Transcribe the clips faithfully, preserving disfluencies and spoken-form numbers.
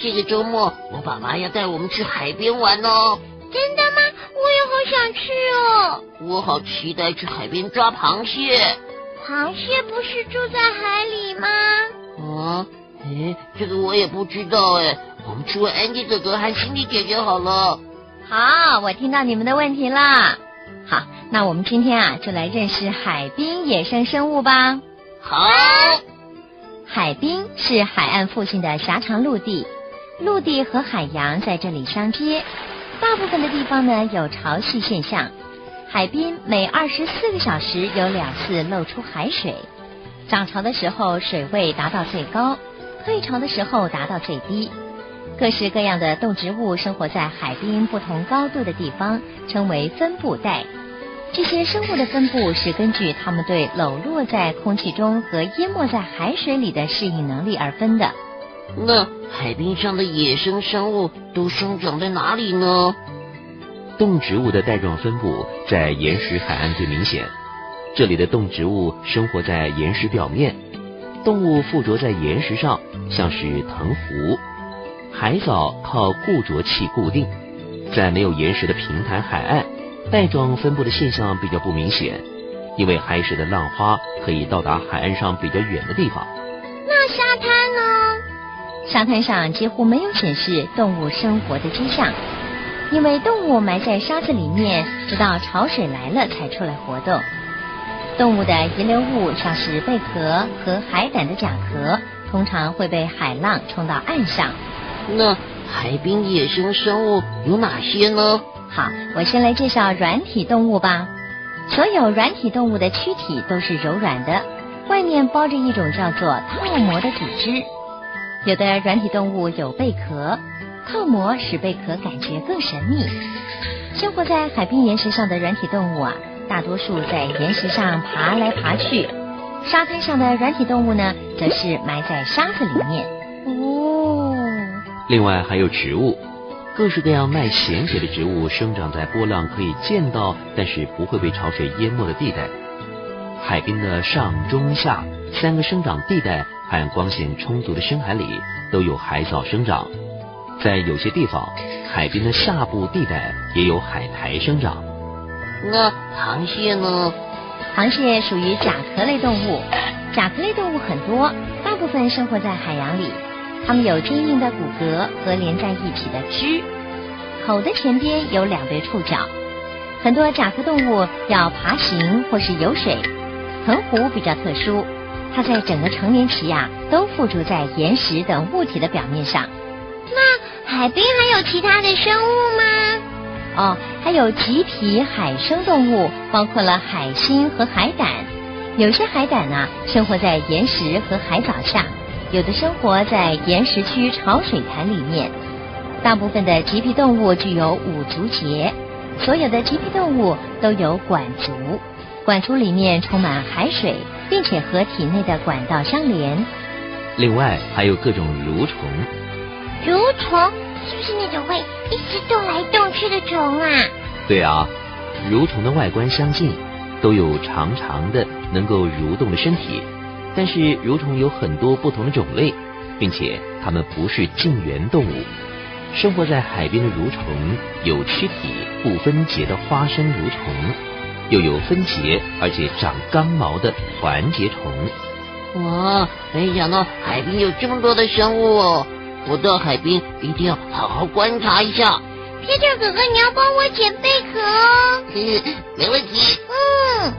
这个周末我爸妈要带我们去海边玩哦。 真的吗？我也好想去哦。 我好期待去海边抓螃蟹。 螃蟹不是住在海里吗？ 啊，诶，这个我也不知道诶，我们去问安迪哥哥和辛迪姐姐好了。 好，我听到你们的问题了。好，那我们今天啊，就来认识海滨野生生物吧。 好。 海滨是海岸附近的狭长陆地，陆地和海洋在这里相接，大部分的地方呢有潮汐现象。海滨每二十四个小时有两次露出海水，涨潮的时候水位达到最高，退潮的时候达到最低。各式各样的动植物生活在海滨不同高度的地方，称为分布带。这些生物的分布是根据它们对裸露在空气中和淹没在海水里的适应能力而分的。 那海滨上的野生生物都生长在哪里呢？ 动植物的带状分布在岩石海岸最明显，这里的动植物生活在岩石表面，动物附着在岩石上，像是藤壶。海藻靠固着器固定，在没有岩石的平坦海岸，带状分布的现象比较不明显，因为海水的浪花可以到达海岸上比较远的地方。 那沙滩呢？ 沙滩上几乎没有显示动物生活的迹象，因为动物埋在沙子里面，直到潮水来了才出来活动。动物的遗留物像是贝壳和海胆的甲壳，通常会被海浪冲到岸上。 那海滨野生生物有哪些呢？ 好，我先来介绍软体动物吧。所有软体动物的躯体都是柔软的，外面包着一种叫做套膜的组织。有的软体动物有贝壳，套膜使贝壳感觉更神秘。生活在海滨岩石上的软体动物啊，大多数在岩石上爬来爬去。沙滩上的软体动物呢，则是埋在沙子里面。 哦。 另外还有植物，各式各样耐咸水的植物生长在波浪可以见到，但是不会被潮水淹没的地带。海滨的上中下三个生长地带和光线充足的深海里都有海藻生长。在有些地方，海滨的下部地带也有海苔生长。 那螃蟹呢？ 螃蟹属于甲壳类动物，甲壳类动物很多，大部分生活在海洋里。它们有坚硬的骨骼和连在一起的肢，口的前边有两对触角。很多甲壳动物要爬行或是游水，藤壶比较特殊，它在整个成年期啊都附着在岩石等物体的表面上。 那海滨还有其他的生物吗？ 哦，还有棘皮海生动物，包括了海星和海胆。有些海胆啊生活在岩石和海藻下，有的生活在岩石区潮水潭里面。大部分的棘皮动物具有五足节，所有的棘皮动物都有管足，管足里面充满海水，并且和体内的管道相连。 另外还有各种蠕虫。 蠕虫是不是那种会一直动来动去的虫啊？ 对啊，蠕虫的外观相近，都有长长的能够蠕动的身体，但是蠕虫有很多不同的种类，并且它们不是近缘动物。生活在海边的蠕虫有躯体不分节的花生蠕虫，又有分节而且长刚毛的团节虫。 哇，没想到海滨有这么多的生物哦！我到海滨一定要好好观察一下。 天天哥哥，你要帮我捡贝壳哦。 没问题。 嗯。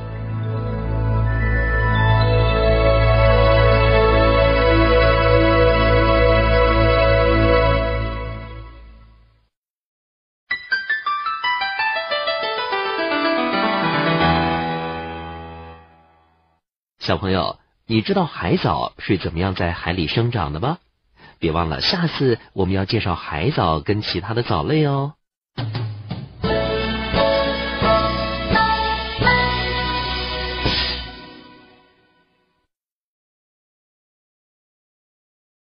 小朋友，你知道海藻是怎么样在海里生长的吗？别忘了下次我们要介绍海藻跟其他的藻类哦。